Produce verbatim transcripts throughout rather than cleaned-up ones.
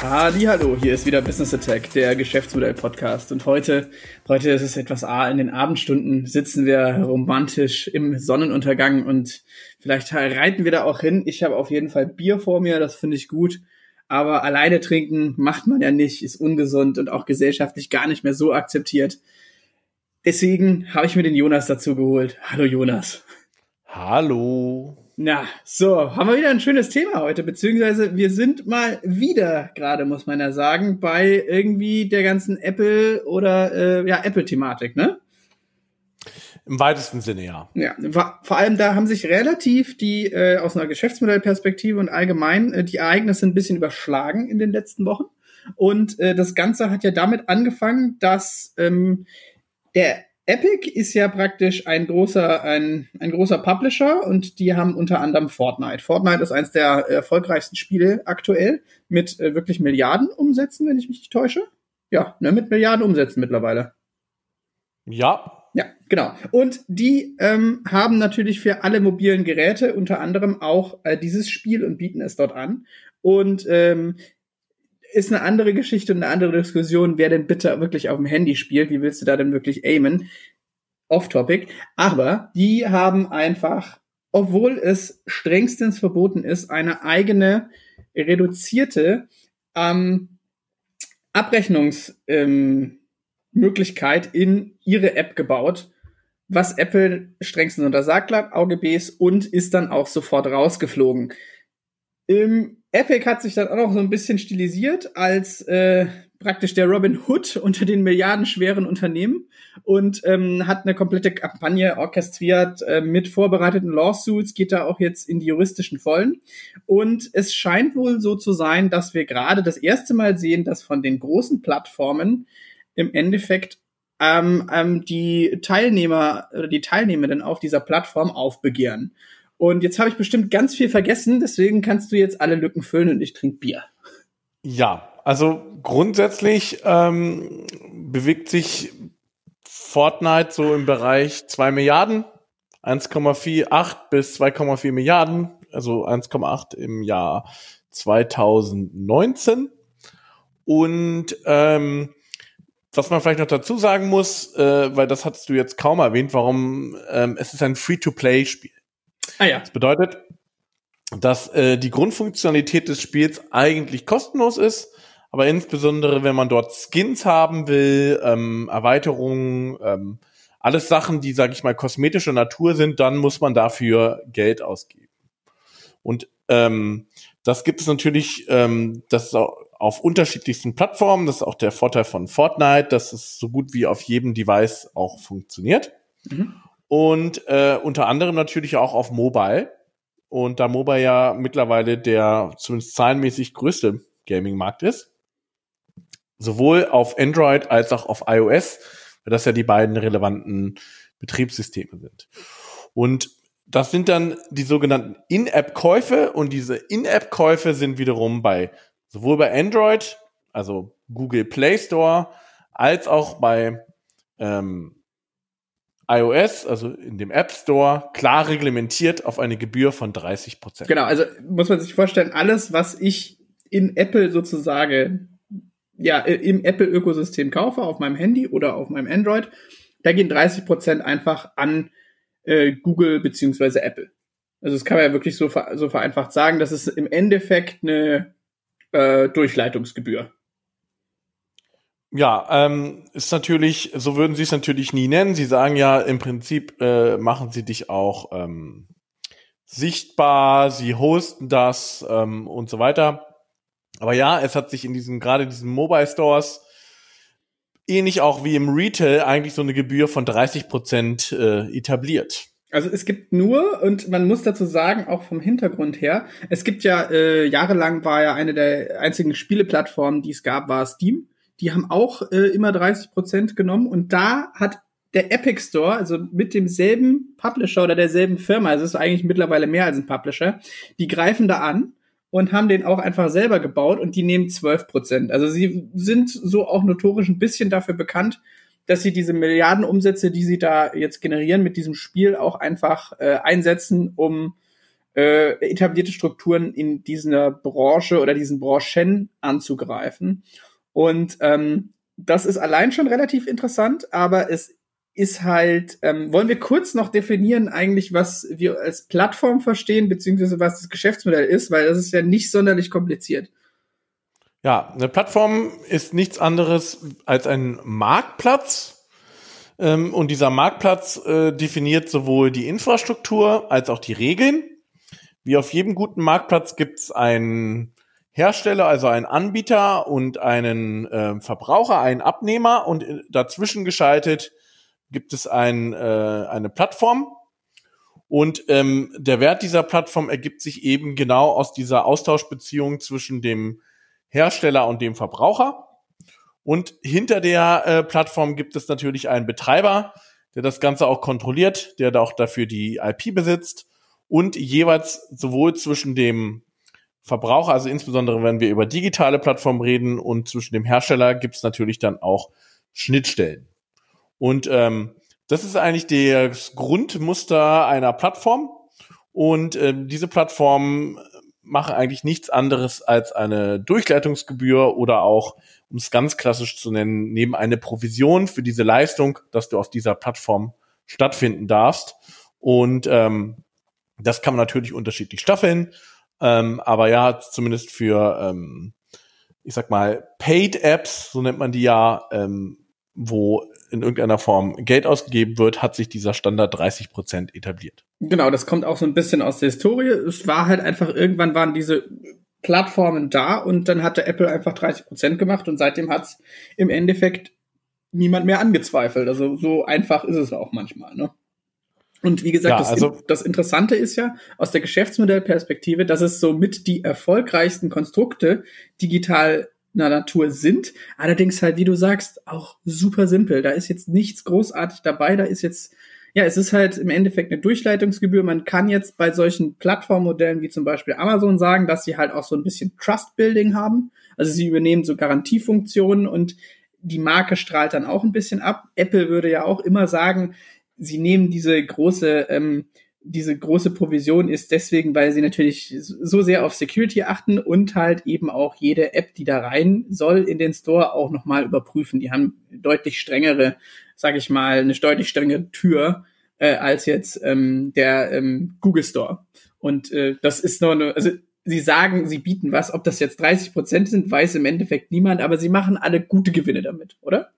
Hallihallo, hier ist wieder Business Attack, der Geschäftsmodell-Podcast. Und heute, heute ist es etwas A, in den Abendstunden sitzen wir romantisch im Sonnenuntergang und vielleicht reiten wir da auch hin. Ich habe auf jeden Fall Bier vor mir, das finde ich gut. Aber alleine trinken macht man ja nicht, ist ungesund und auch gesellschaftlich gar nicht mehr so akzeptiert. Deswegen habe ich mir den Jonas dazu geholt. Hallo Jonas. Hallo. Na, so, haben wir wieder ein schönes Thema heute, beziehungsweise wir sind mal wieder, gerade muss man ja sagen, bei irgendwie der ganzen Apple- oder äh, ja Apple-Thematik, ne? Im weitesten Sinne, ja. Ja, vor allem da haben sich relativ die, äh, aus einer Geschäftsmodellperspektive und allgemein, äh, die Ereignisse ein bisschen überschlagen in den letzten Wochen. Und äh, das Ganze hat ja damit angefangen, dass ähm, der Epic ist ja praktisch ein großer, ein, ein großer Publisher und die haben unter anderem Fortnite. Fortnite ist eins der erfolgreichsten Spiele aktuell mit äh, wirklich Milliarden Umsätzen, wenn ich mich nicht täusche. Ja, ne, mit Milliarden Umsätzen mittlerweile. Ja. Ja, genau. Und die ähm, haben natürlich für alle mobilen Geräte unter anderem auch äh, dieses Spiel und bieten es dort an. Und ähm, ist eine andere Geschichte und eine andere Diskussion, wer denn bitte wirklich auf dem Handy spielt. Wie willst du da denn wirklich aimen? Off-Topic. Aber die haben einfach, obwohl es strengstens verboten ist, eine eigene reduzierte ähm, Abrechnungsmöglichkeit ähm, in ihre App gebaut, was Apple strengstens untersagt hat, A G Bs, und ist dann auch sofort rausgeflogen. Im Epic hat sich dann auch noch so ein bisschen stilisiert als äh, praktisch der Robin Hood unter den milliardenschweren Unternehmen und ähm, hat eine komplette Kampagne orchestriert äh, mit vorbereiteten Lawsuits, geht da auch jetzt in die juristischen Vollen. Und es scheint wohl so zu sein, dass wir gerade das erste Mal sehen, dass von den großen Plattformen im Endeffekt ähm, ähm, die Teilnehmer oder die Teilnehmenden auf dieser Plattform aufbegehren. Und jetzt habe ich bestimmt ganz viel vergessen, deswegen kannst du jetzt alle Lücken füllen und ich trinke Bier. Ja, also grundsätzlich ähm, bewegt sich Fortnite so im Bereich zwei Milliarden, eins Komma achtundvierzig bis zwei Komma vier Milliarden, also eins Komma acht im Jahr zweitausendneunzehn. Und ähm, was man vielleicht noch dazu sagen muss, äh, weil das hattest du jetzt kaum erwähnt, warum ähm, es ist ein Free-to-Play-Spiel. Ah ja. Das bedeutet, dass äh, die Grundfunktionalität des Spiels eigentlich kostenlos ist, aber insbesondere, wenn man dort Skins haben will, ähm, Erweiterungen, ähm, alles Sachen, die, sage ich mal, kosmetischer Natur sind, dann muss man dafür Geld ausgeben. Und ähm, das gibt es natürlich, ähm, das ist auch auf unterschiedlichsten Plattformen. Das ist auch der Vorteil von Fortnite, dass es so gut wie auf jedem Device auch funktioniert. Mhm. Und äh, unter anderem natürlich auch auf Mobile. Und da Mobile ja mittlerweile der zumindest zahlenmäßig größte Gaming-Markt ist, sowohl auf Android als auch auf iOS, weil das ja die beiden relevanten Betriebssysteme sind. Und das sind dann die sogenannten In-App-Käufe. Und diese In-App-Käufe sind wiederum bei sowohl bei Android, also Google Play Store, als auch bei ähm, iOS, also in dem App Store, klar reglementiert auf eine Gebühr von dreißig Prozent. Genau, also muss man sich vorstellen, alles, was ich in Apple sozusagen, ja, im Apple-Ökosystem kaufe, auf meinem Handy oder auf meinem Android, da gehen dreißig Prozent einfach an äh, Google beziehungsweise Apple. Also das kann man ja wirklich so, so vereinfacht sagen, das ist im Endeffekt eine äh, Durchleitungsgebühr. Ja, ähm, ist natürlich, so würden sie es natürlich nie nennen. Sie sagen ja, im Prinzip äh, machen sie dich auch ähm, sichtbar, sie hosten das ähm, und so weiter. Aber ja, es hat sich in diesen, gerade in diesen Mobile Stores, ähnlich auch wie im Retail, eigentlich so eine Gebühr von dreißig Prozent äh, etabliert. Also es gibt nur, und man muss dazu sagen, auch vom Hintergrund her, es gibt ja, äh, jahrelang war ja eine der einzigen Spieleplattformen, die es gab, war Steam. Die haben auch äh, immer dreißig Prozent genommen und da hat der Epic Store, also mit demselben Publisher oder derselben Firma, also es ist eigentlich mittlerweile mehr als ein Publisher, die greifen da an und haben den auch einfach selber gebaut und die nehmen zwölf Prozent. Also sie sind so auch notorisch ein bisschen dafür bekannt, dass sie diese Milliardenumsätze, die sie da jetzt generieren mit diesem Spiel, auch einfach äh, einsetzen, um äh, etablierte Strukturen in dieser Branche oder diesen Branchen anzugreifen. Und ähm, das ist allein schon relativ interessant, aber es ist halt, ähm, wollen wir kurz noch definieren eigentlich, was wir als Plattform verstehen, beziehungsweise was das Geschäftsmodell ist, weil das ist ja nicht sonderlich kompliziert. Ja, eine Plattform ist nichts anderes als ein Marktplatz. Ähm, und dieser Marktplatz äh, definiert sowohl die Infrastruktur als auch die Regeln. Wie auf jedem guten Marktplatz gibt es einen Hersteller, also einen Anbieter und einen äh, Verbraucher, einen Abnehmer, und dazwischen geschaltet gibt es ein, äh, eine Plattform. Und ähm, der Wert dieser Plattform ergibt sich eben genau aus dieser Austauschbeziehung zwischen dem Hersteller und dem Verbraucher. Und hinter der äh, Plattform gibt es natürlich einen Betreiber, der das Ganze auch kontrolliert, der da auch dafür die I P besitzt und jeweils sowohl zwischen dem Verbraucher, also insbesondere wenn wir über digitale Plattformen reden, und zwischen dem Hersteller gibt es natürlich dann auch Schnittstellen. Und ähm, das ist eigentlich das Grundmuster einer Plattform. Und ähm, diese Plattformen machen eigentlich nichts anderes als eine Durchleitungsgebühr oder auch, um es ganz klassisch zu nennen, neben eine Provision für diese Leistung, dass du auf dieser Plattform stattfinden darfst. Und ähm, das kann man natürlich unterschiedlich staffeln. Ähm, aber ja, zumindest für, ähm, ich sag mal, Paid-Apps, so nennt man die ja, ähm, wo in irgendeiner Form Geld ausgegeben wird, hat sich dieser Standard dreißig Prozent etabliert. Genau, das kommt auch so ein bisschen aus der Historie. Es war halt einfach, irgendwann waren diese Plattformen da und dann hatte Apple einfach dreißig Prozent gemacht und seitdem hat es im Endeffekt niemand mehr angezweifelt. Also so einfach ist es auch manchmal, ne? Und wie gesagt, Ja, das, also, das Interessante ist ja aus der Geschäftsmodellperspektive, dass es somit die erfolgreichsten Konstrukte digitaler Natur sind. Allerdings halt, wie du sagst, auch super simpel. Da ist jetzt nichts großartig dabei. Da ist jetzt, ja, es ist halt im Endeffekt eine Durchleitungsgebühr. Man kann jetzt bei solchen Plattformmodellen wie zum Beispiel Amazon sagen, dass sie halt auch so ein bisschen Trust-Building haben. Also sie übernehmen so Garantiefunktionen und die Marke strahlt dann auch ein bisschen ab. Apple würde ja auch immer sagen, sie nehmen diese große, ähm, diese große Provision ist deswegen, weil sie natürlich so sehr auf Security achten und halt eben auch jede App, die da rein soll, in den Store auch nochmal überprüfen. Die haben deutlich strengere, sag ich mal, eine deutlich strengere Tür äh, als jetzt ähm, der ähm, Google Store. Und äh, das ist nur eine, also sie sagen, sie bieten was, ob das jetzt dreißig Prozent sind, weiß im Endeffekt niemand, aber sie machen alle gute Gewinne damit, oder?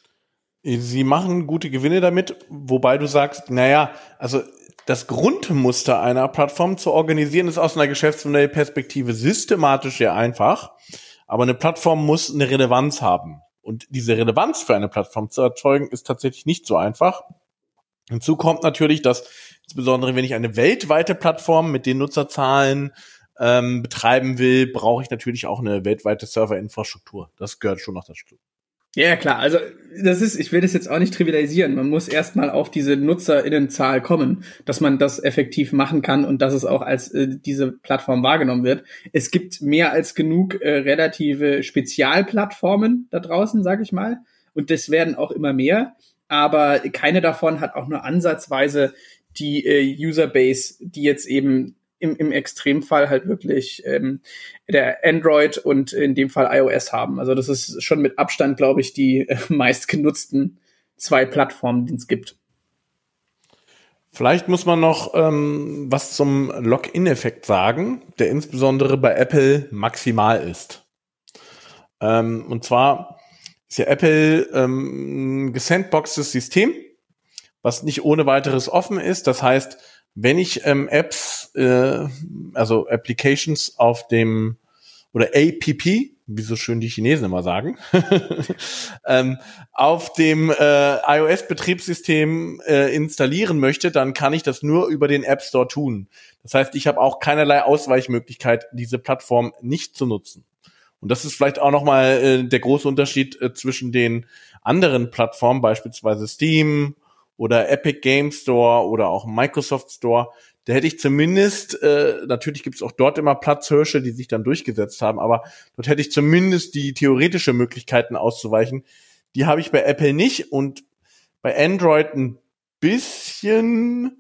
Sie machen gute Gewinne damit, wobei du sagst, naja, also das Grundmuster einer Plattform zu organisieren ist aus einer Geschäftsmodellperspektive systematisch sehr einfach, aber eine Plattform muss eine Relevanz haben. Und diese Relevanz für eine Plattform zu erzeugen, ist tatsächlich nicht so einfach. Hinzu kommt natürlich, dass insbesondere wenn ich eine weltweite Plattform mit den Nutzerzahlen ähm, betreiben will, brauche ich natürlich auch eine weltweite Serverinfrastruktur. Das gehört schon noch dazu. Ja, klar. Also das ist, ich will das jetzt auch nicht trivialisieren. Man muss erstmal auf diese NutzerInnenzahl kommen, dass man das effektiv machen kann und dass es auch als äh, diese Plattform wahrgenommen wird. Es gibt mehr als genug äh, relative Spezialplattformen da draußen, sag ich mal. Und das werden auch immer mehr. Aber keine davon hat auch nur ansatzweise die äh, Userbase, die jetzt eben im, im Extremfall halt wirklich ähm, der Android und in dem Fall iOS haben. Also das ist schon mit Abstand, glaube ich, die äh, meistgenutzten zwei Plattformen, die es gibt. Vielleicht muss man noch ähm, was zum Login-Effekt sagen, der insbesondere bei Apple maximal ist. Ähm, und zwar ist ja Apple ähm, ein gesandboxtes System, was nicht ohne weiteres offen ist. Das heißt, wenn ich ähm, Apps, äh, also Applications auf dem, oder A P P, wie so schön die Chinesen immer sagen, ähm, auf dem äh, iOS-Betriebssystem äh, installieren möchte, dann kann ich das nur über den App Store tun. Das heißt, ich habe auch keinerlei Ausweichmöglichkeit, diese Plattform nicht zu nutzen. Und das ist vielleicht auch nochmal äh, der große Unterschied äh, zwischen den anderen Plattformen, beispielsweise Steam oder Epic Game Store oder auch Microsoft Store. Da hätte ich zumindest, äh, natürlich gibt es auch dort immer Platzhirsche, die sich dann durchgesetzt haben, aber dort hätte ich zumindest die theoretische Möglichkeiten auszuweichen. Die habe ich bei Apple nicht und bei Android ein bisschen,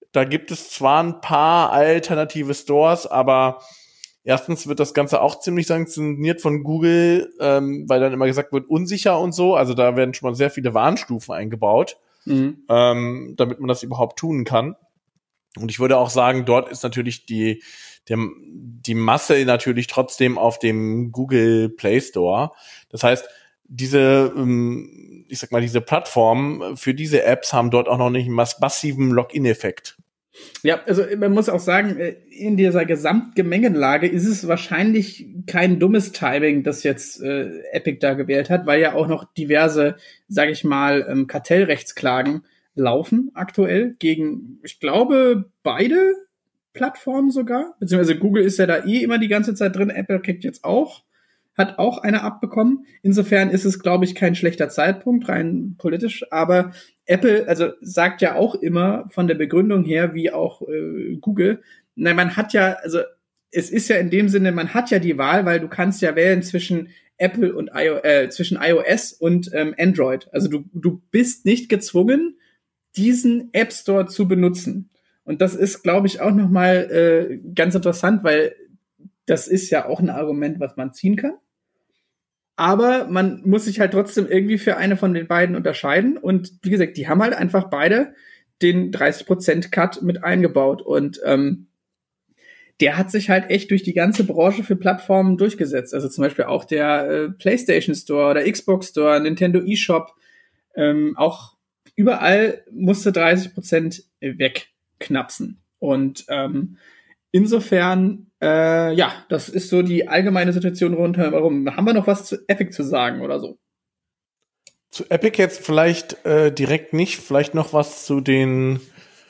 Da gibt es zwar ein paar alternative Stores, aber erstens wird das Ganze auch ziemlich sanktioniert von Google, ähm, weil dann immer gesagt wird, unsicher und so. Also da werden schon mal sehr viele Warnstufen eingebaut, mhm. ähm, damit man das überhaupt tun kann. Und ich würde auch sagen, dort ist natürlich die, der, die Masse natürlich trotzdem auf dem Google Play Store. Das heißt, diese, ich sag mal, diese Plattformen für diese Apps haben dort auch noch nicht einen massiven Login-Effekt. Ja, also man muss auch sagen, in dieser Gesamtgemengenlage ist es wahrscheinlich kein dummes Timing, das jetzt äh, Epic da gewählt hat, weil ja auch noch diverse, sage ich mal, ähm, Kartellrechtsklagen laufen aktuell gegen, ich glaube, beide Plattformen sogar. Beziehungsweise Google ist ja da eh immer die ganze Zeit drin, Apple kriegt jetzt auch, hat auch eine abbekommen. Insofern ist es, glaube ich, kein schlechter Zeitpunkt, rein politisch, aber Apple, also sagt ja auch immer von der Begründung her, wie auch äh, Google, nein, man hat ja, also es ist ja in dem Sinne, man hat ja die Wahl, weil du kannst ja wählen zwischen Apple und I O, äh, zwischen iOS und ähm, Android. Also du du bist nicht gezwungen, diesen App Store zu benutzen. Und das ist, glaube ich, auch noch mal äh, ganz interessant, weil das ist ja auch ein Argument, was man ziehen kann. Aber man muss sich halt trotzdem irgendwie für eine von den beiden unterscheiden. Und wie gesagt, die haben halt einfach beide den dreißig Prozent Cut mit eingebaut. Und ähm, der hat sich halt echt durch die ganze Branche für Plattformen durchgesetzt. Also zum Beispiel auch der äh, PlayStation Store oder Xbox Store, Nintendo eShop. Ähm, auch überall musste dreißig Prozent wegknapsen. Und ähm, insofern, äh, ja, das ist so die allgemeine Situation rundherum. Haben wir noch was zu Epic zu sagen oder so? Zu Epic jetzt vielleicht äh, direkt nicht, vielleicht noch was zu den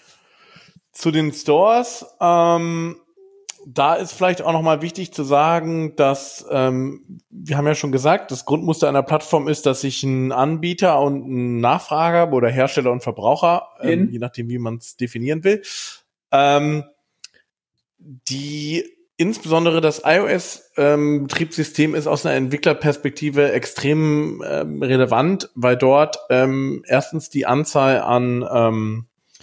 zu den Stores. Ähm, da ist vielleicht auch noch mal wichtig zu sagen, dass ähm, wir haben ja schon gesagt, das Grundmuster einer Plattform ist, dass sich ein Anbieter und ein Nachfrager oder Hersteller und Verbraucher, ähm, je nachdem wie man es definieren will, ähm, die insbesondere das iOS-Betriebssystem ähm, ist aus einer Entwicklerperspektive extrem ähm, relevant, weil dort ähm, erstens die Anzahl an ähm,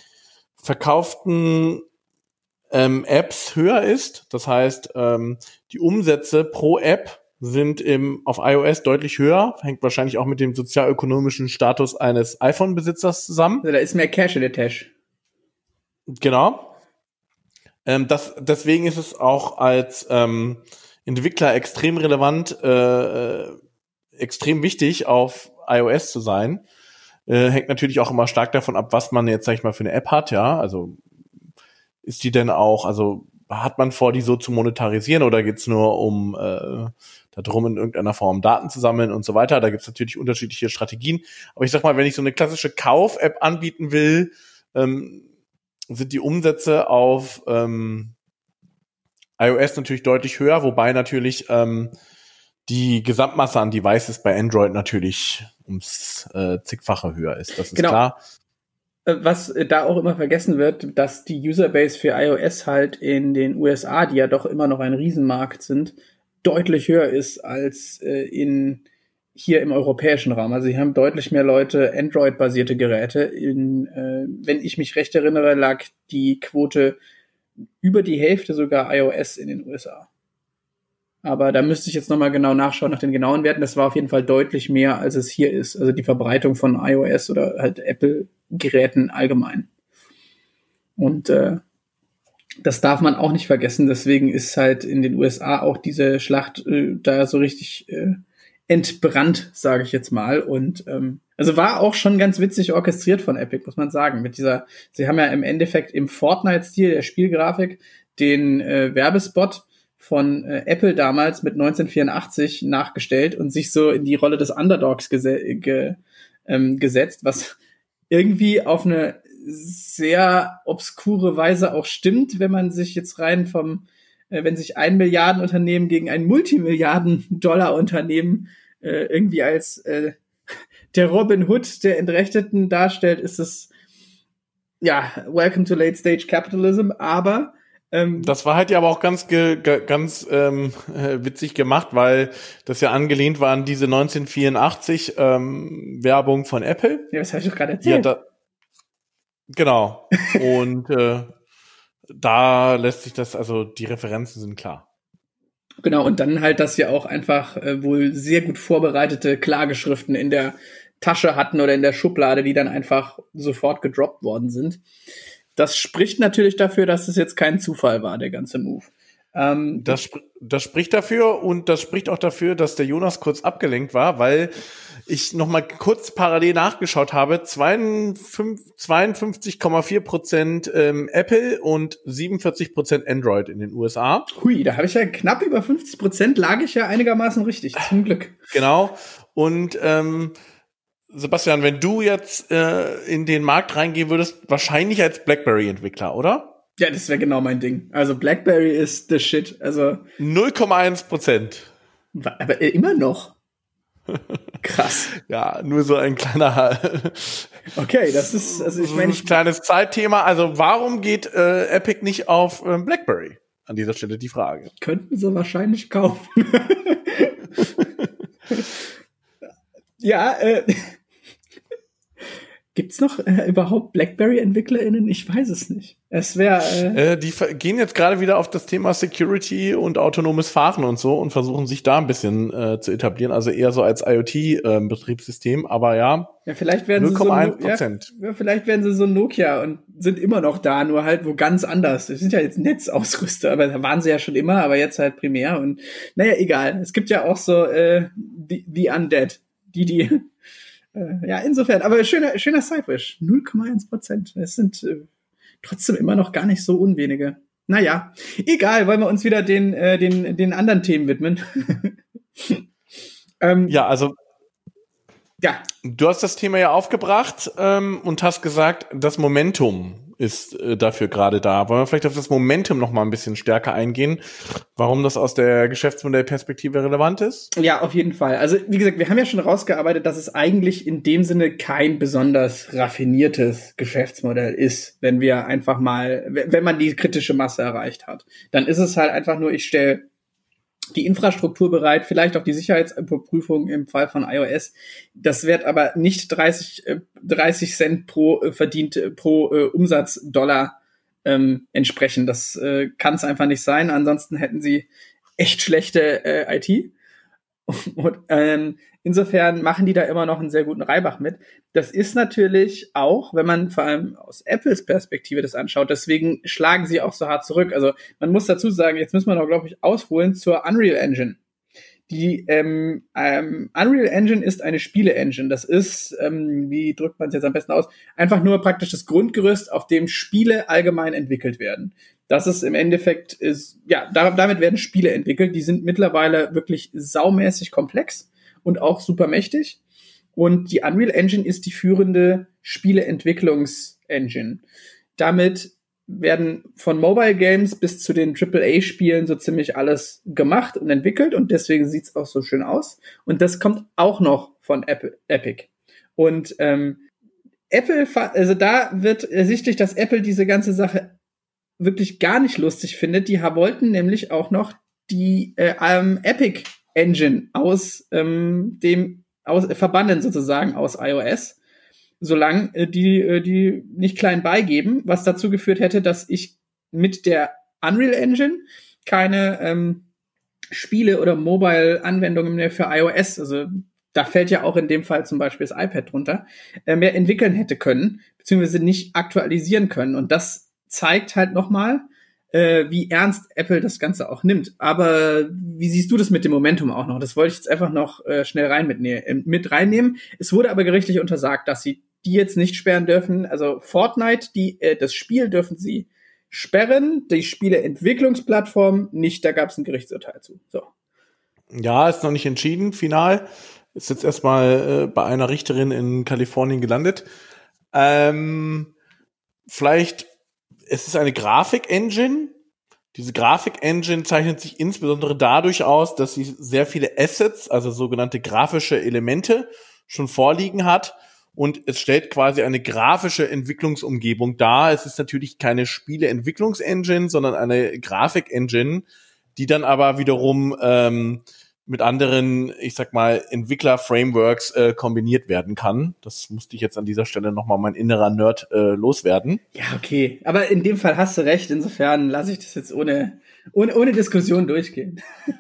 verkauften ähm, Apps höher ist. Das heißt, ähm, die Umsätze pro App sind im, auf iOS deutlich höher. Hängt wahrscheinlich auch mit dem sozialökonomischen Status eines iPhone-Besitzers zusammen. Also da ist mehr Cash in der Tasche. Genau. Ähm, das, deswegen ist es auch als ähm, Entwickler extrem relevant, äh, äh, extrem wichtig, auf iOS zu sein. Äh, hängt natürlich auch immer stark davon ab, was man jetzt, sag ich mal, für eine App hat, ja. Also ist die denn auch, also hat man vor, die so zu monetarisieren oder geht's nur um äh, darum, in irgendeiner Form Daten zu sammeln und so weiter? Da gibt's natürlich unterschiedliche Strategien. Aber ich sag mal, wenn ich so eine klassische Kauf-App anbieten will, ähm, sind die Umsätze auf ähm, iOS natürlich deutlich höher, wobei natürlich ähm, die Gesamtmasse an Devices bei Android natürlich ums äh, zigfache höher ist. Das ist genau. klar. Was da auch immer vergessen wird, dass die Userbase für iOS halt in den U S A, die ja doch immer noch ein Riesenmarkt sind, deutlich höher ist als äh, in hier im europäischen Raum. Also sie haben deutlich mehr Leute Android-basierte Geräte. In, äh, wenn ich mich recht erinnere, lag die Quote über die Hälfte sogar iOS in den U S A. Aber da müsste ich jetzt nochmal genau nachschauen nach den genauen Werten. Das war auf jeden Fall deutlich mehr, als es hier ist. Also die Verbreitung von iOS oder halt Apple-Geräten allgemein. Und äh, das darf man auch nicht vergessen. Deswegen ist halt in den U S A auch diese Schlacht äh, da so richtig äh, entbrannt, sage ich jetzt mal. Und ähm, also war auch schon ganz witzig orchestriert von Epic, muss man sagen. Mit dieser, sie haben ja im Endeffekt im Fortnite-Stil der Spielgrafik den äh, Werbespot von äh, Apple damals mit neunzehnhundertvierundachtzig nachgestellt und sich so in die Rolle des Underdogs gese- ge- ähm, gesetzt, was irgendwie auf eine sehr obskure Weise auch stimmt, wenn man sich jetzt rein vom, äh, wenn sich ein Milliardenunternehmen gegen ein Multimilliarden-Dollar-Unternehmen äh, irgendwie als äh, der Robin Hood der Entrechteten darstellt, ist es ja, welcome to late stage capitalism, aber ähm, das war halt ja aber auch ganz ge- ge- ganz ähm, äh, witzig gemacht, weil das ja angelehnt war an diese neunzehnhundertvierundachtzig ähm, Werbung von Apple. Ja, das habe ich doch gerade erzählt. Ja, da, Genau. Und äh, da lässt sich das, also die Referenzen sind klar. Genau, und dann halt, dass sie auch einfach äh, wohl sehr gut vorbereitete Klageschriften in der Tasche hatten oder in der Schublade, die dann einfach sofort gedroppt worden sind. Das spricht natürlich dafür, dass es jetzt kein Zufall war, der ganze Move. Ähm, das, sp- das spricht dafür und das spricht auch dafür, dass der Jonas kurz abgelenkt war, weil ich noch mal kurz parallel nachgeschaut habe, zweiundfünfzig Komma vier Prozent ähm, Apple und siebenundvierzig Prozent Android in den U S A. Hui, da habe ich ja knapp über fünfzig Prozent, lag ich ja einigermaßen richtig, zum Glück. Genau, und ähm, Sebastian, wenn du jetzt äh, in den Markt reingehen würdest, wahrscheinlich als BlackBerry-Entwickler, oder? Ja, das wäre genau mein Ding. Also BlackBerry ist the shit. Also null Komma eins Prozent. Aber äh, immer noch. Krass. Ja, nur so ein kleiner okay, das ist, also ich meine, ich kleines Zeitthema. Also warum geht äh, Epic nicht auf äh, BlackBerry? An dieser Stelle die Frage. Könnten sie wahrscheinlich kaufen. ja, äh, gibt's noch äh, überhaupt BlackBerry-EntwicklerInnen? Ich weiß es nicht. Es wäre. Äh, äh, die gehen jetzt gerade wieder auf das Thema Security und autonomes Fahren und so und versuchen sich da ein bisschen äh, zu etablieren. Also eher so als IoT-Betriebssystem. Äh, aber ja, ja, vielleicht werden null Komma eins sie so Prozent. Ja, ja, vielleicht werden sie so Nokia und sind immer noch da, nur halt wo ganz anders. Das sind ja jetzt Netzausrüster, aber da waren sie ja schon immer, aber jetzt halt primär. Und naja, egal. Es gibt ja auch so äh, die, die Undead, die die ja, insofern, aber schöner, schöner Sidewish. null Komma eins Prozent. Es sind äh, trotzdem immer noch gar nicht so unwenige. Naja, egal, wollen wir uns wieder den, äh, den, den anderen Themen widmen. ähm, ja, also ja. Du hast das Thema ja aufgebracht ähm, und hast gesagt, das Momentum ist äh, dafür gerade da. Wollen wir vielleicht auf das Momentum noch mal ein bisschen stärker eingehen, warum das aus der Geschäftsmodellperspektive relevant ist? Ja, auf jeden Fall. Also wie gesagt, wir haben ja schon rausgearbeitet, dass es eigentlich in dem Sinne kein besonders raffiniertes Geschäftsmodell ist, wenn wir einfach mal, wenn man die kritische Masse erreicht hat. Dann ist es halt einfach nur, ich stelle die Infrastruktur bereit, vielleicht auch die Sicherheitsüberprüfung im Fall von iOS. Das wird aber nicht dreißig, dreißig Cent pro äh, verdient pro äh, Umsatzdollar ähm, entsprechen. Das äh, kann es einfach nicht sein. Ansonsten hätten sie echt schlechte äh, I T. Und ähm, insofern machen die da immer noch einen sehr guten Reibach mit. Das ist natürlich auch, wenn man vor allem aus Apples Perspektive das anschaut, deswegen schlagen sie auch so hart zurück. Also man muss dazu sagen, jetzt müssen wir noch, glaube ich, ausholen zur Unreal Engine. Die ähm, ähm, Unreal Engine ist eine Spiele-Engine. Das ist, ähm, wie drückt man es jetzt am besten aus, einfach nur praktisch das Grundgerüst, auf dem Spiele allgemein entwickelt werden. Das ist im Endeffekt, ist ja, da, damit werden Spiele entwickelt. Die sind mittlerweile wirklich saumäßig komplex und auch super mächtig. Und die Unreal Engine ist die führende Spieleentwicklungs-Engine. Damit werden von Mobile Games bis zu den Triple A Spielen so ziemlich alles gemacht und entwickelt und deswegen sieht's auch so schön aus. Und das kommt auch noch von Apple, Epic. Und ähm, Apple, also da wird ersichtlich, dass Apple diese ganze Sache wirklich gar nicht lustig findet. Die wollten nämlich auch noch die äh, ähm, Epic Engine aus ähm, dem aus äh, verbannen sozusagen aus iOS, solange äh, die äh, die nicht klein beigeben, was dazu geführt hätte, dass ich mit der Unreal Engine keine ähm, Spiele oder Mobile-Anwendungen mehr für iOS, also da fällt ja auch in dem Fall zum Beispiel das iPad drunter, äh, mehr entwickeln hätte können, beziehungsweise nicht aktualisieren können. Und das zeigt halt nochmal, äh, wie ernst Apple das Ganze auch nimmt. Aber wie siehst du das mit dem Momentum auch noch? Das wollte ich jetzt einfach noch äh, schnell rein mitne- äh, mit reinnehmen. Es wurde aber gerichtlich untersagt, dass sie die jetzt nicht sperren dürfen. Also Fortnite, die äh, das Spiel dürfen sie sperren, die Spieleentwicklungsplattform nicht. Da gab es ein Gerichtsurteil zu. So. Ja, ist noch nicht entschieden, final. Ist jetzt erstmal äh, bei einer Richterin in Kalifornien gelandet. Ähm, vielleicht Es ist eine Grafik-Engine. Diese Grafik-Engine zeichnet sich insbesondere dadurch aus, dass sie sehr viele Assets, also sogenannte grafische Elemente, schon vorliegen hat. Und es stellt quasi eine grafische Entwicklungsumgebung dar. Es ist natürlich keine Spiele-Entwicklungs-Engine, sondern eine Grafik-Engine, die dann aber wiederum ähm, mit anderen, ich sag mal, Entwickler-Frameworks äh, kombiniert werden kann. Das musste ich jetzt an dieser Stelle nochmal mein innerer Nerd äh, loswerden. Ja, okay. Aber in dem Fall hast du recht. Insofern lasse ich das jetzt ohne, ohne, ohne Diskussion durchgehen.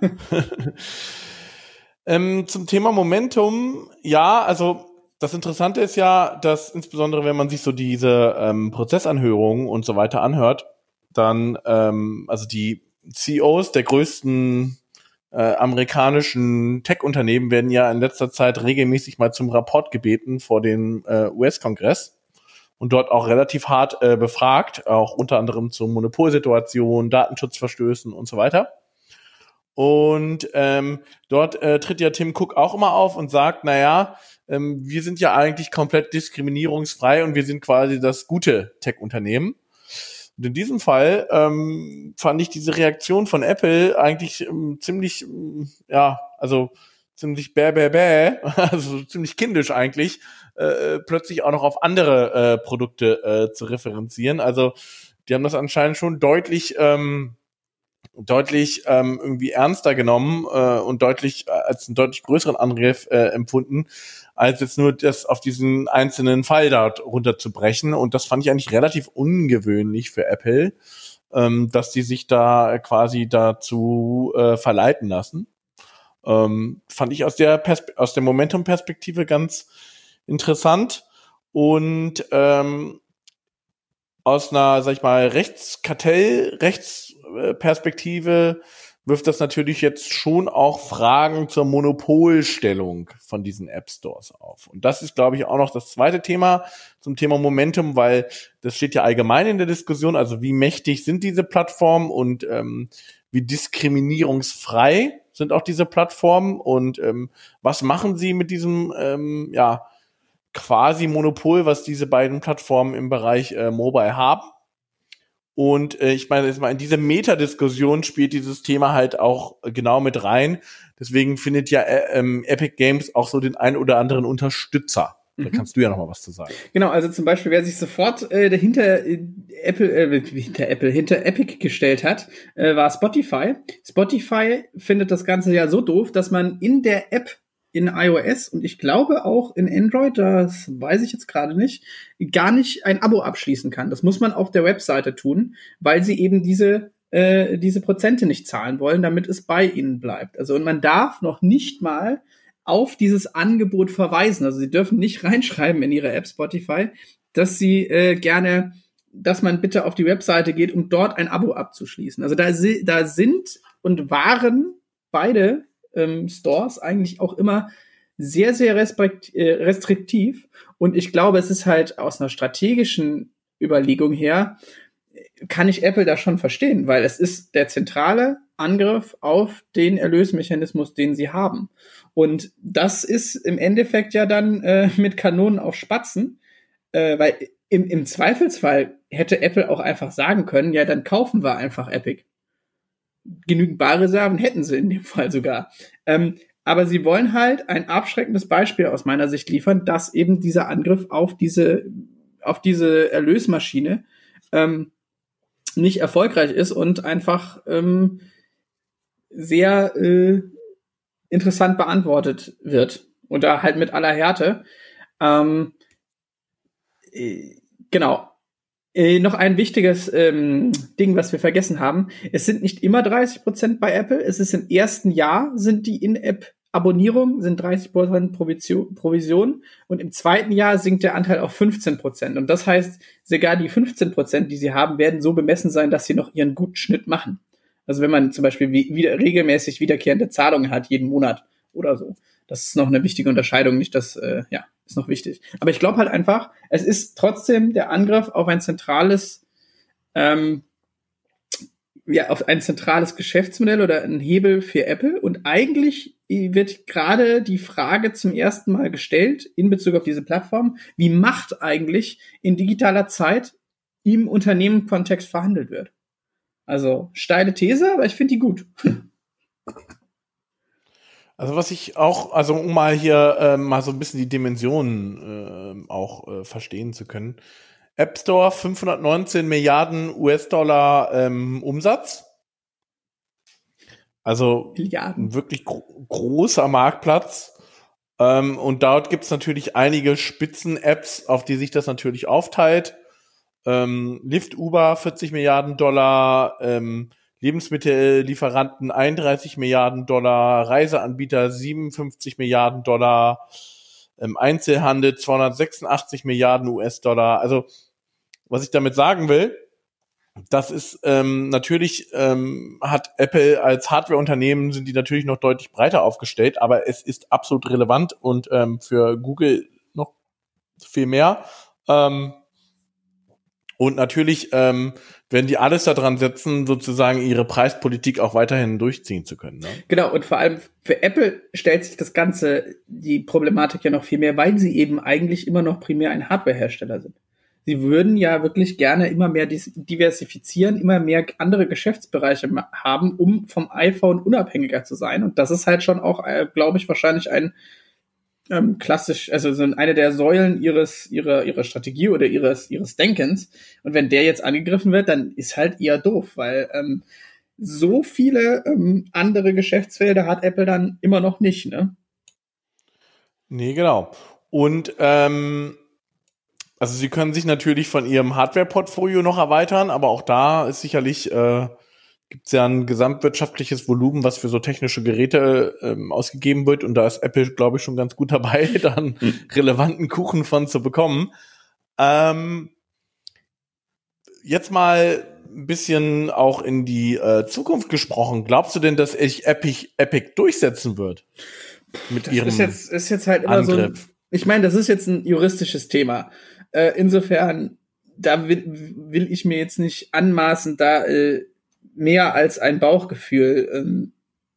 ähm, zum Thema Momentum, ja, also das Interessante ist ja, dass insbesondere, wenn man sich so diese ähm, Prozessanhörungen und so weiter anhört, dann, ähm, also die C E Os der größten äh, amerikanischen Tech-Unternehmen werden ja in letzter Zeit regelmäßig mal zum Rapport gebeten vor dem äh, U S-Kongress und dort auch relativ hart äh, befragt, auch unter anderem zur Monopolsituation, Datenschutzverstößen und so weiter. Und ähm, dort äh, tritt ja Tim Cook auch immer auf und sagt, naja, ähm, wir sind ja eigentlich komplett diskriminierungsfrei und wir sind quasi das gute Tech-Unternehmen. Und in diesem Fall ähm, fand ich diese Reaktion von Apple eigentlich ähm, ziemlich, ähm, ja, also ziemlich bäh, bäh, bäh, also ziemlich kindisch eigentlich, äh, plötzlich auch noch auf andere äh, Produkte äh, zu referenzieren. Also die haben das anscheinend schon deutlich ähm, deutlich ähm, irgendwie ernster genommen äh, und deutlich äh, als einen deutlich größeren Angriff äh, empfunden, als jetzt nur das auf diesen einzelnen Fall da runterzubrechen. Und das fand ich eigentlich relativ ungewöhnlich für Apple, ähm, dass die sich da quasi dazu äh, verleiten lassen. Ähm, fand ich aus der Perspe- aus der Momentum-Perspektive ganz interessant. Und ähm, aus einer, sag ich mal, Rechtskartell, Rechtsperspektive wirft das natürlich jetzt schon auch Fragen zur Monopolstellung von diesen App Stores auf. Und das ist, glaube ich, auch noch das zweite Thema zum Thema Momentum, weil das steht ja allgemein in der Diskussion, also wie mächtig sind diese Plattformen und ähm, wie diskriminierungsfrei sind auch diese Plattformen und ähm, was machen sie mit diesem, ähm, ja, quasi Monopol, was diese beiden Plattformen im Bereich äh, Mobile haben. Und äh, ich meine, jetzt mal in diese Meta-Diskussion spielt dieses Thema halt auch äh, genau mit rein. Deswegen findet ja äh, ähm, Epic Games auch so den ein oder anderen Unterstützer. Da mhm. kannst du ja noch mal was zu sagen. Genau, also zum Beispiel, wer sich sofort äh, dahinter äh, Apple, äh, hinter Apple, hinter Epic gestellt hat, äh, war Spotify. Spotify findet das Ganze ja so doof, dass man in der App in iOS und ich glaube auch in Android, das weiß ich jetzt gerade nicht, gar nicht ein Abo abschließen kann. Das muss man auf der Webseite tun, weil sie eben diese äh, diese Prozente nicht zahlen wollen, damit es bei ihnen bleibt. Also und man darf noch nicht mal auf dieses Angebot verweisen. Also sie dürfen nicht reinschreiben in ihre App Spotify, dass sie äh, gerne, dass man bitte auf die Webseite geht, um dort ein Abo abzuschließen. Also da, da sind und waren beide Ähm, Stores eigentlich auch immer sehr, sehr respekt, äh, restriktiv. Und ich glaube, es ist halt aus einer strategischen Überlegung her, kann ich Apple da schon verstehen, weil es ist der zentrale Angriff auf den Erlösmechanismus, den sie haben. Und das ist im Endeffekt ja dann äh, mit Kanonen auf Spatzen, äh, weil im, im Zweifelsfall hätte Apple auch einfach sagen können, ja, dann kaufen wir einfach Epic. Genügend Barreserven hätten sie in dem Fall sogar. Ähm, aber sie wollen halt ein abschreckendes Beispiel aus meiner Sicht liefern, dass eben dieser Angriff auf diese, auf diese Erlösmaschine ähm, nicht erfolgreich ist und einfach ähm, sehr äh, interessant beantwortet wird. Und da halt mit aller Härte. Ähm, äh, genau. Äh, noch ein wichtiges ähm, Ding, was wir vergessen haben. Es sind nicht immer dreißig Prozent bei Apple. Es ist im ersten Jahr sind die In-App-Abonnierungen sind dreißig Prozent Provision, Provision und im zweiten Jahr sinkt der Anteil auf fünfzehn Prozent. Und das heißt, sogar die fünfzehn Prozent, die sie haben, werden so bemessen sein, dass sie noch ihren guten Schnitt machen. Also wenn man zum Beispiel wie, wieder, regelmäßig wiederkehrende Zahlungen hat, jeden Monat oder so. Das ist noch eine wichtige Unterscheidung, nicht das, äh, ja, ist noch wichtig. Aber ich glaube halt einfach, es ist trotzdem der Angriff auf ein zentrales, ähm, ja, auf ein zentrales Geschäftsmodell oder ein Hebel für Apple. Und eigentlich wird gerade die Frage zum ersten Mal gestellt in Bezug auf diese Plattform, wie Macht eigentlich in digitaler Zeit im Unternehmenskontext verhandelt wird. Also steile These, aber ich finde die gut. Also was ich auch, also um mal hier äh, mal so ein bisschen die Dimensionen äh, auch äh, verstehen zu können. App Store, fünfhundertneunzehn Milliarden U S-Dollar ähm, Umsatz. Also Milliarden. ein wirklich gro- großer Marktplatz. Ähm, und dort gibt's natürlich einige Spitzen-Apps, auf die sich das natürlich aufteilt. Ähm, Lyft, Uber, vierzig Milliarden Dollar, ähm, Lebensmittellieferanten einunddreißig Milliarden Dollar, Reiseanbieter siebenundfünfzig Milliarden Dollar, ähm, Einzelhandel zweihundertsechsundachtzig Milliarden U S-Dollar. Also, was ich damit sagen will, das ist ähm, natürlich, ähm, hat Apple als Hardware-Unternehmen, sind die natürlich noch deutlich breiter aufgestellt, aber es ist absolut relevant und ähm, für Google noch viel mehr. Ähm, und natürlich ähm, werden die alles daran setzen, sozusagen ihre Preispolitik auch weiterhin durchziehen zu können. Ne? Genau, und vor allem für Apple stellt sich das Ganze, die Problematik ja noch viel mehr, weil sie eben eigentlich immer noch primär ein Hardwarehersteller sind. Sie würden ja wirklich gerne immer mehr diversifizieren, immer mehr andere Geschäftsbereiche haben, um vom iPhone unabhängiger zu sein. Und das ist halt schon auch, äh, glaube ich, wahrscheinlich ein ähm, klassisch, also so eine der Säulen ihres, ihrer, ihrer Strategie oder ihres, ihres Denkens. Und wenn der jetzt angegriffen wird, dann ist halt eher doof, weil ähm, so viele ähm, andere Geschäftsfelder hat Apple dann immer noch nicht, ne? Nee, genau. Und ähm, also sie können sich natürlich von ihrem Hardware-Portfolio noch erweitern, aber auch da ist sicherlich, äh, gibt es ja ein gesamtwirtschaftliches Volumen, was für so technische Geräte ähm, ausgegeben wird. Und da ist Apple, glaube ich, schon ganz gut dabei, da einen relevanten Kuchen von zu bekommen. Ähm, jetzt mal ein bisschen auch in die äh, Zukunft gesprochen. Glaubst du denn, dass sich Epic, Epic durchsetzen wird? Mit Das ihrem ist jetzt, ist jetzt halt immer Angriff. so ein, ich meine, das ist jetzt ein juristisches Thema. Äh, insofern, da will, will ich mir jetzt nicht anmaßen, da äh, mehr als ein Bauchgefühl ähm,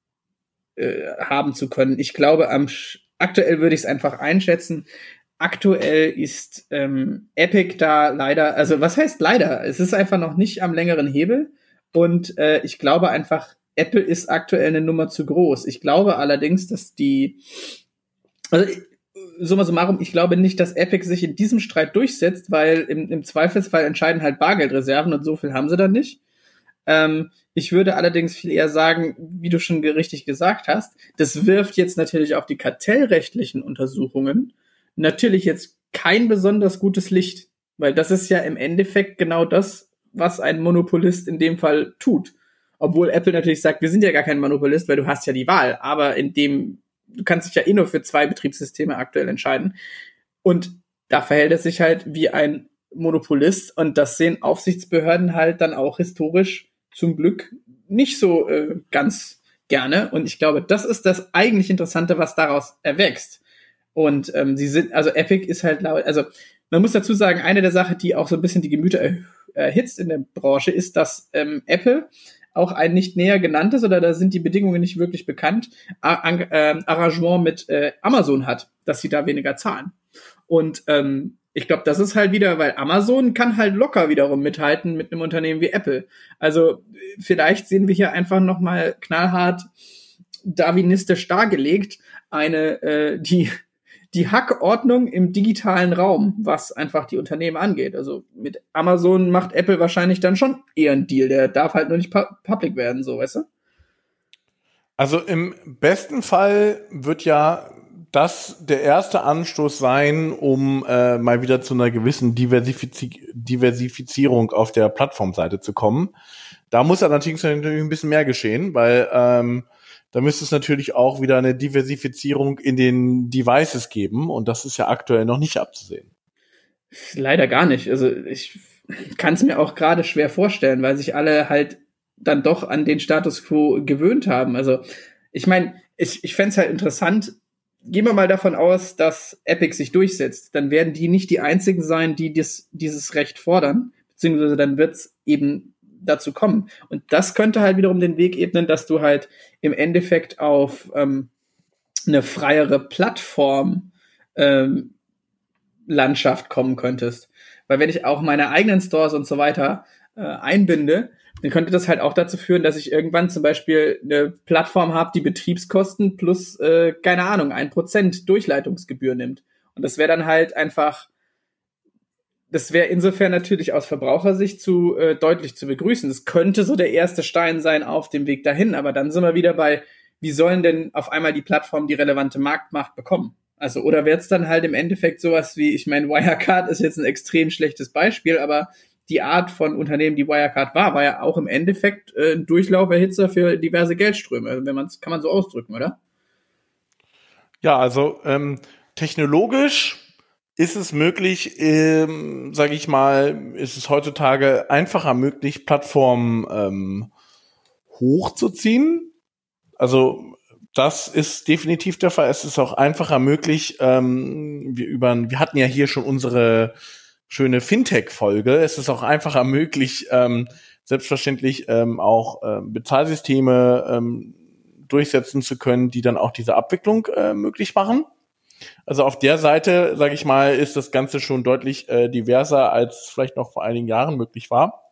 äh, haben zu können. Ich glaube, am aktuell würde ich es einfach einschätzen. Aktuell ist ähm, Epic da leider, also was heißt leider? Es ist einfach noch nicht am längeren Hebel und äh, ich glaube einfach, Apple ist aktuell eine Nummer zu groß. Ich glaube allerdings, dass die, also summa summarum, ich glaube nicht, dass Epic sich in diesem Streit durchsetzt, weil im, im Zweifelsfall entscheiden halt Bargeldreserven und so viel haben sie dann nicht. Ähm, ich würde allerdings viel eher sagen, wie du schon richtig gesagt hast, das wirft jetzt natürlich auf die kartellrechtlichen Untersuchungen natürlich jetzt kein besonders gutes Licht, weil das ist ja im Endeffekt genau das, was ein Monopolist in dem Fall tut. Obwohl Apple natürlich sagt, wir sind ja gar kein Monopolist, weil du hast ja die Wahl, aber in dem, du kannst dich ja eh nur für zwei Betriebssysteme aktuell entscheiden. Und da verhält es sich halt wie ein Monopolist und das sehen Aufsichtsbehörden halt dann auch historisch zum Glück nicht so äh, ganz gerne. Und ich glaube, das ist das eigentlich Interessante, was daraus erwächst. Und ähm, sie sind, also Epic ist halt laut, also man muss dazu sagen, eine der Sachen, die auch so ein bisschen die Gemüter er, erhitzt in der Branche, ist, dass ähm, Apple auch ein nicht näher genanntes, oder da sind die Bedingungen nicht wirklich bekannt, Ar- äh, Arrangement mit äh, Amazon hat, dass sie da weniger zahlen. Und ähm, ich glaube, das ist halt wieder, weil Amazon kann halt locker wiederum mithalten mit einem Unternehmen wie Apple. Also vielleicht sehen wir hier einfach noch mal knallhart darwinistisch dargelegt eine äh, die die Hackordnung im digitalen Raum, was einfach die Unternehmen angeht. Also mit Amazon macht Apple wahrscheinlich dann schon eher einen Deal. Der darf halt nur nicht pu- public werden, so, weißt du? Also im besten Fall wird ja das der erste Anstoß sein, um äh, mal wieder zu einer gewissen Diversifiz- Diversifizierung auf der Plattformseite zu kommen. Da muss ja natürlich ein bisschen mehr geschehen, weil ähm, da müsste es natürlich auch wieder eine Diversifizierung in den Devices geben und das ist ja aktuell noch nicht abzusehen. Leider gar nicht. Also ich kann es mir auch gerade schwer vorstellen, weil sich alle halt dann doch an den Status quo gewöhnt haben. Also ich meine, ich, ich fände es halt interessant, gehen wir mal davon aus, dass Epic sich durchsetzt, dann werden die nicht die einzigen sein, die dies, dieses Recht fordern, beziehungsweise dann wird es eben dazu kommen. Und das könnte halt wiederum den Weg ebnen, dass du halt im Endeffekt auf ähm, eine freiere Plattform ähm, Landschaft kommen könntest. Weil wenn ich auch meine eigenen Stores und so weiter äh, einbinde, dann könnte das halt auch dazu führen, dass ich irgendwann zum Beispiel eine Plattform habe, die Betriebskosten plus, äh, keine Ahnung, ein Prozent Durchleitungsgebühr nimmt. Und das wäre dann halt einfach das wäre insofern natürlich aus Verbrauchersicht zu äh, deutlich zu begrüßen. Das könnte so der erste Stein sein auf dem Weg dahin, aber dann sind wir wieder bei, wie sollen denn auf einmal die Plattformen die relevante Marktmacht bekommen? Also, oder wird's dann halt im Endeffekt sowas wie, ich meine, Wirecard ist jetzt ein extrem schlechtes Beispiel, aber die Art von Unternehmen, die Wirecard war, war ja auch im Endeffekt äh, ein Durchlauferhitzer für diverse Geldströme. Also wenn man's, kann man so ausdrücken, oder? Ja, also ähm, technologisch ist es möglich, ähm, sage ich mal, ist es heutzutage einfacher möglich, Plattformen ähm, hochzuziehen. Also das ist definitiv der Fall. Es ist auch einfacher möglich. Ähm, wir über, wir hatten ja hier schon unsere schöne Fintech-Folge. Es ist auch einfacher möglich, ähm, selbstverständlich ähm, auch ähm, Bezahlsysteme ähm, durchsetzen zu können, die dann auch diese Abwicklung äh, möglich machen. Also auf der Seite, sage ich mal, ist das Ganze schon deutlich äh, diverser, als es vielleicht noch vor einigen Jahren möglich war.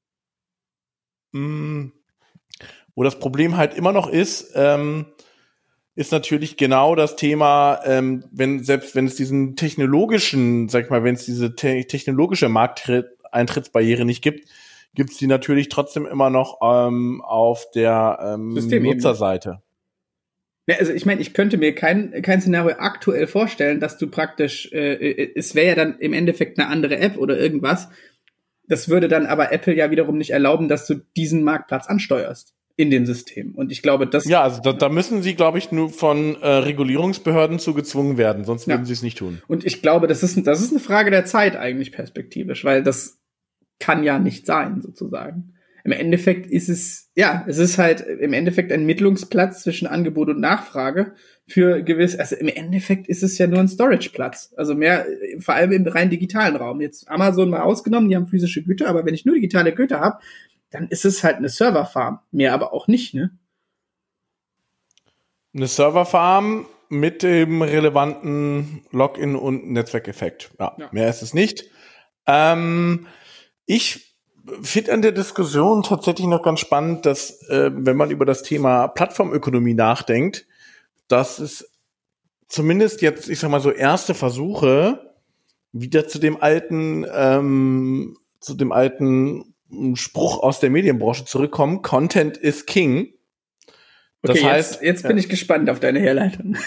Mm. Wo das Problem halt immer noch ist, ähm, ist natürlich genau das Thema, ähm, wenn selbst wenn es diesen technologischen, sag ich mal, wenn es diese te- technologische Markteintrittsbarriere nicht gibt, gibt es die natürlich trotzdem immer noch ähm, auf der ähm, Nutzerseite. Ja, also ich meine, ich könnte mir kein kein Szenario aktuell vorstellen, dass du praktisch, äh, es wäre ja dann im Endeffekt eine andere App oder irgendwas. Das würde dann aber Apple ja wiederum nicht erlauben, dass du diesen Marktplatz ansteuerst in den Systemen. Und ich glaube, das... Ja, also da, da müssen sie, glaube ich, nur von äh, Regulierungsbehörden zu gezwungen werden, sonst würden ja. sie es nicht tun. Und ich glaube, das ist, das ist eine Frage der Zeit eigentlich perspektivisch, weil das kann ja nicht sein, sozusagen. Im Endeffekt ist es, ja, es ist halt im Endeffekt ein Mittlungsplatz zwischen Angebot und Nachfrage für gewiss, also im Endeffekt ist es ja nur ein Storage-Platz. Also mehr, vor allem im rein digitalen Raum. Jetzt Amazon mal ausgenommen, die haben physische Güter, aber wenn ich nur digitale Güter habe, dann ist es halt eine Serverfarm. Mehr aber auch nicht, ne? Eine Serverfarm mit dem relevanten Login- und Netzwerkeffekt. Ja, ja, mehr ist es nicht. Ähm, ich finde an der Diskussion tatsächlich noch ganz spannend, dass, äh, wenn man über das Thema Plattformökonomie nachdenkt, dass es zumindest jetzt, ich sag mal so, erste Versuche wieder zu dem alten, ähm, zu dem alten Spruch aus der Medienbranche zurückkommen: Content is King. Das okay, heißt, jetzt, jetzt bin ja. ich gespannt auf deine Herleitung.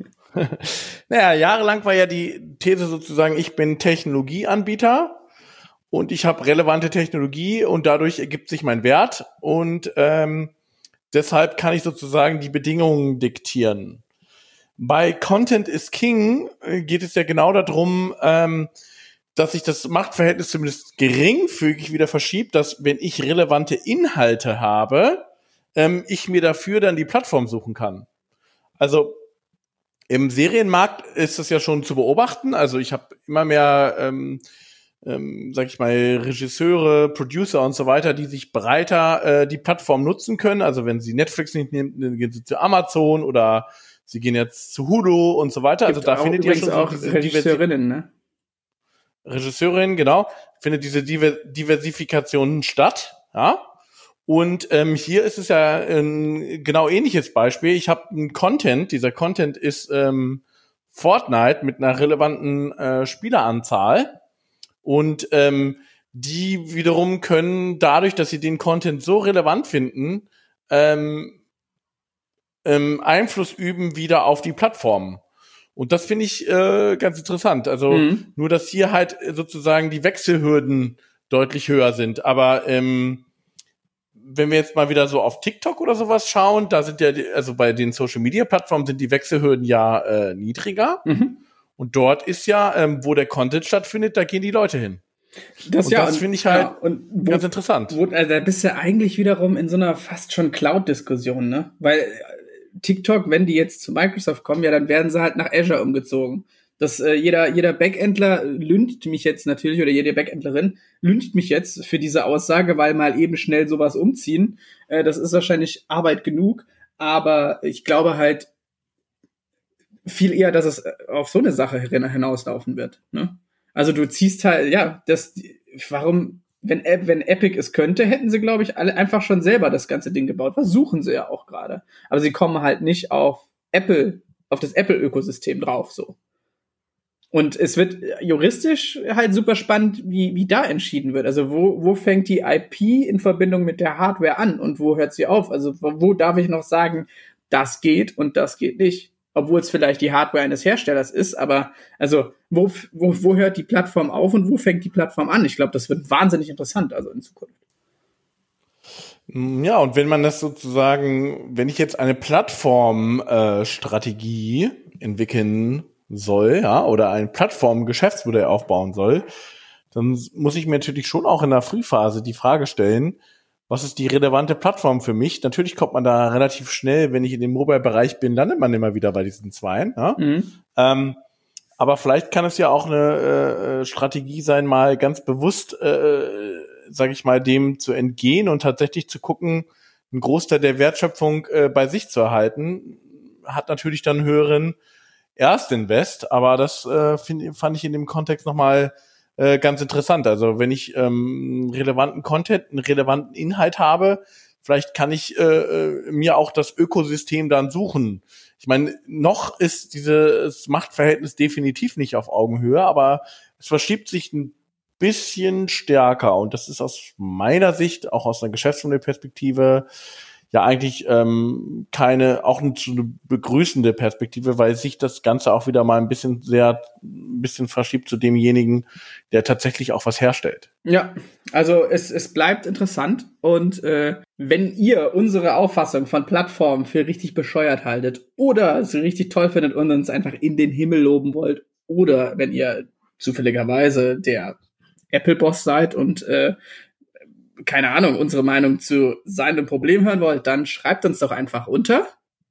Naja, jahrelang war ja die These sozusagen, ich bin Technologieanbieter und ich habe relevante Technologie und dadurch ergibt sich mein Wert und ähm, deshalb kann ich sozusagen die Bedingungen diktieren. Bei Content is King geht es ja genau darum, ähm, dass sich das Machtverhältnis zumindest geringfügig wieder verschiebt, dass wenn ich relevante Inhalte habe, ähm, ich mir dafür dann die Plattform suchen kann. Also im Serienmarkt ist das ja schon zu beobachten. Also ich habe immer mehr, ähm, ähm, sag ich mal, Regisseure, Producer und so weiter, die sich breiter äh, die Plattform nutzen können. Also wenn sie Netflix nicht nehmen, dann gehen sie zu Amazon oder sie gehen jetzt zu Hulu und so weiter. Gibt also da findet ihr schon auch so Regisseurinnen, ne? Regisseurinnen, genau, findet diese Diver- Diversifikation statt, ja. Und ähm, hier ist es ja ein genau ähnliches Beispiel. Ich habe einen Content, dieser Content ist ähm, Fortnite mit einer relevanten äh, Spieleranzahl und ähm, die wiederum können dadurch, dass sie den Content so relevant finden, ähm, ähm, Einfluss üben wieder auf die Plattformen. Und das finde ich äh, ganz interessant. Also mhm. nur, dass hier halt sozusagen die Wechselhürden deutlich höher sind. Aber ähm, wenn wir jetzt mal wieder so auf TikTok oder sowas schauen, da sind ja, die, also bei den Social-Media-Plattformen sind die Wechselhürden ja äh, niedriger. Mhm. Und dort ist ja, ähm, wo der Content stattfindet, da gehen die Leute hin. Das, und ja, das finde ich halt ja, und wo, ganz interessant. Wo, also da bist du eigentlich wiederum in so einer fast schon Cloud-Diskussion, ne? Weil TikTok, wenn die jetzt zu Microsoft kommen, ja, dann werden sie halt nach Azure umgezogen. Das, äh, jeder, jeder Backendler lüncht mich jetzt natürlich, oder jede Backendlerin lüncht mich jetzt für diese Aussage, weil mal eben schnell sowas umziehen. Äh, das ist wahrscheinlich Arbeit genug, aber ich glaube halt viel eher, dass es auf so eine Sache hinauslaufen wird, ne? Also du ziehst halt, ja, das, warum, wenn, wenn Epic es könnte, hätten sie, glaube ich, alle einfach schon selber das ganze Ding gebaut. Versuchen sie ja auch gerade. Aber sie kommen halt nicht auf Apple, auf das Apple-Ökosystem drauf, so. Und es wird juristisch halt super spannend, wie, wie da entschieden wird. Also wo, wo fängt die I P in Verbindung mit der Hardware an und wo hört sie auf? Also wo, wo darf ich noch sagen, das geht und das geht nicht? Obwohl es vielleicht die Hardware eines Herstellers ist, aber also wo, wo, wo hört die Plattform auf und wo fängt die Plattform an? Ich glaube, das wird wahnsinnig interessant, also in Zukunft. Ja, und wenn man das sozusagen, wenn ich jetzt eine Plattformstrategie äh, entwickeln soll, ja, oder ein Plattform-Geschäftsmodell aufbauen soll, dann muss ich mir natürlich schon auch in der Frühphase die Frage stellen, was ist die relevante Plattform für mich? Natürlich kommt man da relativ schnell, wenn ich in dem Mobile-Bereich bin, landet man immer wieder bei diesen Zweien. Ja? Mhm. Ähm, aber vielleicht kann es ja auch eine äh, Strategie sein, mal ganz bewusst, äh, sage ich mal, dem zu entgehen und tatsächlich zu gucken, einen Großteil der Wertschöpfung äh, bei sich zu erhalten. Hat natürlich dann einen höheren Erstinvest, aber das äh, find, fand ich in dem Kontext nochmal äh, ganz interessant. Also wenn ich ähm, relevanten Content, einen relevanten Inhalt habe, vielleicht kann ich äh, mir auch das Ökosystem dann suchen. Ich meine, noch ist dieses Machtverhältnis definitiv nicht auf Augenhöhe, aber es verschiebt sich ein bisschen stärker und das ist aus meiner Sicht, auch aus einer Geschäftsmodellperspektive, ja eigentlich ähm, keine, auch eine, eine begrüßende Perspektive, weil sich das Ganze auch wieder mal ein bisschen sehr, ein bisschen verschiebt zu demjenigen, der tatsächlich auch was herstellt. Ja, also es, es bleibt interessant und äh, wenn ihr unsere Auffassung von Plattformen für richtig bescheuert haltet oder sie richtig toll findet und uns einfach in den Himmel loben wollt oder wenn ihr zufälligerweise der Apple-Boss seid und äh, keine Ahnung, unsere Meinung zu seinem Problem hören wollt, dann schreibt uns doch einfach unter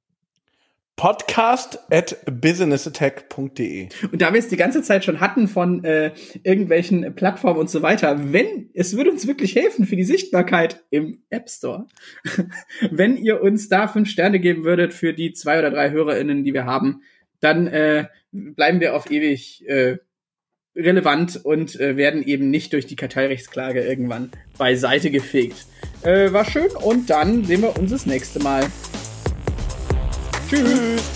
podcast at businessattack punkt de. Und da wir es die ganze Zeit schon hatten von äh, irgendwelchen Plattformen und so weiter, wenn, es würde uns wirklich helfen für die Sichtbarkeit im App Store, wenn ihr uns da fünf Sterne geben würdet für die zwei oder drei HörerInnen, die wir haben, dann äh, bleiben wir auf ewig äh, relevant und äh, werden eben nicht durch die Kartellrechtsklage irgendwann beiseite gefegt. Äh, war schön und dann sehen wir uns das nächste Mal. Tschüss!